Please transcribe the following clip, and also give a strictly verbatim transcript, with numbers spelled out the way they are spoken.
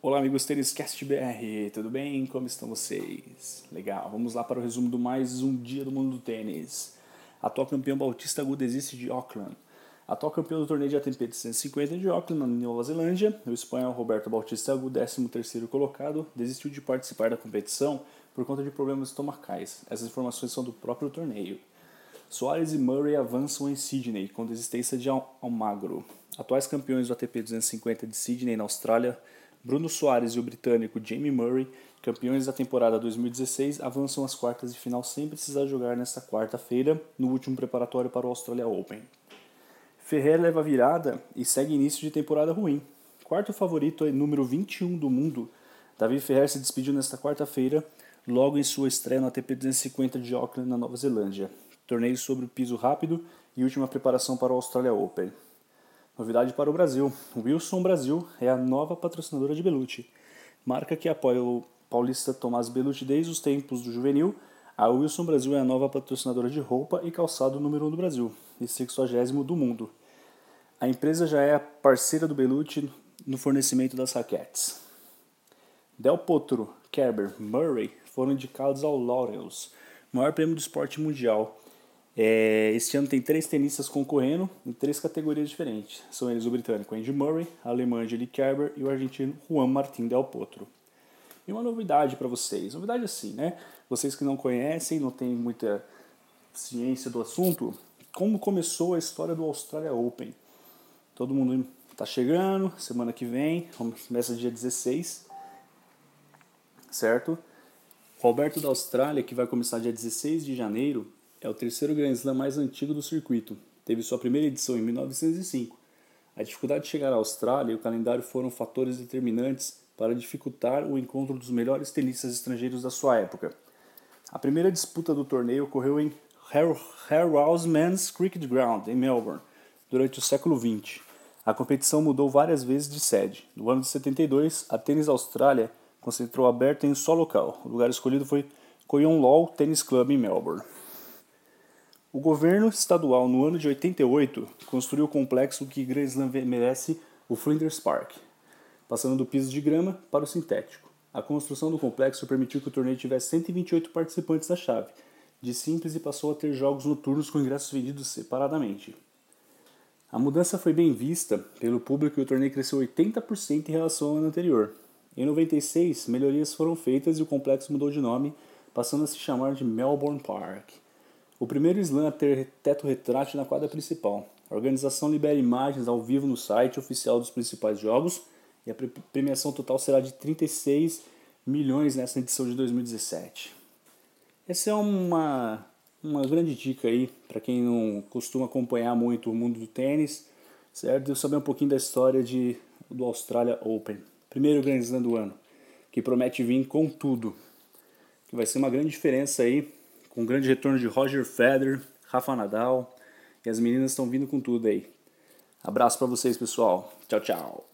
Olá amigos TênisCast B R, tudo bem? Como estão vocês? Legal, vamos lá para o resumo do mais um dia do mundo do tênis. Atual campeão Bautista Agut desiste de Auckland. Atual campeão do torneio de A T P de cento e cinquenta de Auckland, na Nova Zelândia, o espanhol Roberto Bautista Agut, décimo terceiro colocado, desistiu de participar da competição por conta de problemas estomacais. Essas informações são do próprio torneio. Soares e Murray avançam em Sydney, com desistência de Almagro. Atuais campeões do A T P duzentos e cinquenta de Sydney, na Austrália, Bruno Soares e o britânico Jamie Murray, campeões da temporada dois mil e dezesseis, avançam às quartas de final sem precisar jogar nesta quarta-feira, no último preparatório para o Australia Open. Ferrer leva virada e segue início de temporada ruim. Quarto favorito e número vinte e um do mundo, David Ferrer se despediu nesta quarta-feira, logo em sua estreia no A T P duzentos e cinquenta de Auckland, na Nova Zelândia. Torneio sobre o piso rápido e última preparação para o Australia Open. Novidade para o Brasil. Wilson Brasil é a nova patrocinadora de Belucci. Marca que apoia o paulista Tomás Belucci desde os tempos do juvenil, a Wilson Brasil é a nova patrocinadora de roupa e calçado número um do Brasil e sexagésimo do mundo. A empresa já é a parceira do Belucci no fornecimento das raquetes. Del Potro, Kerber, Murray foram indicados ao Laurels, maior prêmio do esporte mundial. É, este ano tem três tenistas concorrendo em três categorias diferentes. São eles o britânico Andy Murray, a alemã Angelique Kerber e o argentino Juan Martín Del Potro. E uma novidade para vocês, novidade assim, né? Vocês que não conhecem, não têm muita ciência do assunto, como começou a história do Australia Open. Todo mundo está chegando, semana que vem, começa dia dezesseis, certo? Roberto da Austrália, que vai começar dia dezesseis de janeiro, é o terceiro Grand Slam mais antigo do circuito. Teve sua primeira edição em mil novecentos e cinco. A dificuldade de chegar à Austrália e o calendário foram fatores determinantes para dificultar o encontro dos melhores tenistas estrangeiros da sua época. A primeira disputa do torneio ocorreu em Herausman's Cricket Ground, em Melbourne, durante o século vinte. A competição mudou várias vezes de sede. No ano de setenta e dois, a Tênis Austrália concentrou aberta em um só local. O lugar escolhido foi Kooyonlaw Tennis Club, em Melbourne. O governo estadual, no ano de oitenta e oito, construiu o complexo que Grand Slam merece, o Flinders Park, passando do piso de grama para o sintético. A construção do complexo permitiu que o torneio tivesse cento e vinte e oito participantes na chave, de simples, e passou a ter jogos noturnos com ingressos vendidos separadamente. A mudança foi bem vista pelo público e o torneio cresceu oitenta por cento em relação ao ano anterior. Em noventa e seis, melhorias foram feitas e o complexo mudou de nome, passando a se chamar de Melbourne Park. O primeiro slam a ter teto retrátil na quadra principal. A organização libera imagens ao vivo no site oficial dos principais jogos e a premiação total será de trinta e seis milhões nessa edição de dois mil e dezessete. Essa é uma, uma grande dica aí para quem não costuma acompanhar muito o mundo do tênis, certo? Eu saber um pouquinho da história de, do Australia Open, primeiro Grand Slam do ano, que promete vir com tudo, que vai ser uma grande diferença aí, com um grande retorno de Roger Federer, Rafa Nadal, e as meninas estão vindo com tudo aí. Abraço para vocês, pessoal. Tchau, tchau.